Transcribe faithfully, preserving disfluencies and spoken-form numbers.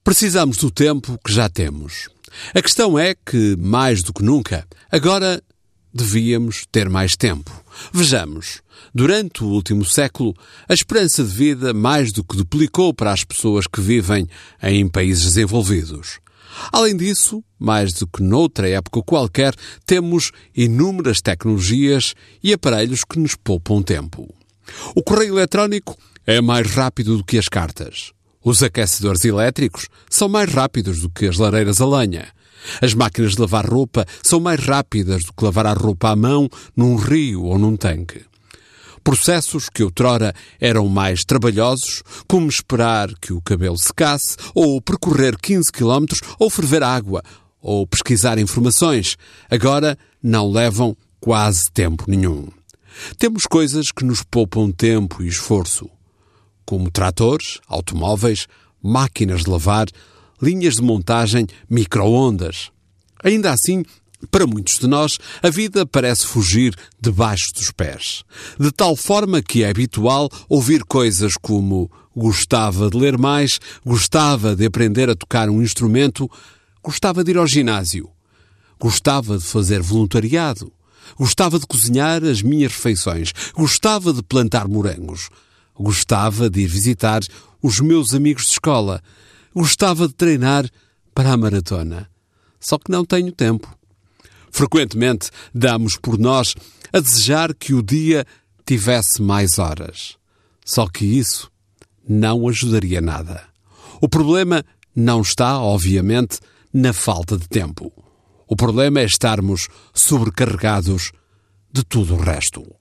Precisamos do tempo que já temos. A questão é que, mais do que nunca, agora devíamos ter mais tempo. Vejamos, durante o último século, a esperança de vida mais do que duplicou para as pessoas que vivem em países desenvolvidos. Além disso, mais do que noutra época qualquer, temos inúmeras tecnologias e aparelhos que nos poupam tempo. O correio eletrónico é mais rápido do que as cartas. Os aquecedores elétricos são mais rápidos do que as lareiras a lenha. As máquinas de lavar roupa são mais rápidas do que lavar a roupa à mão num rio ou num tanque. Processos que outrora eram mais trabalhosos, como esperar que o cabelo secasse, ou percorrer quinze quilómetros, ou ferver água, ou pesquisar informações, agora não levam quase tempo nenhum. Temos coisas que nos poupam tempo e esforço, como tratores, automóveis, máquinas de lavar, linhas de montagem, micro-ondas. Ainda assim, para muitos de nós, a vida parece fugir debaixo dos pés. De tal forma que é habitual ouvir coisas como gostava de ler mais, gostava de aprender a tocar um instrumento, gostava de ir ao ginásio, gostava de fazer voluntariado, gostava de cozinhar as minhas refeições, gostava de plantar morangos, gostava de ir visitar os meus amigos de escola, gostava de treinar para a maratona. Só que não tenho tempo. Frequentemente damos por nós a desejar que o dia tivesse mais horas. Só que isso não ajudaria nada. O problema não está, obviamente, na falta de tempo. O problema é estarmos sobrecarregados de tudo o resto.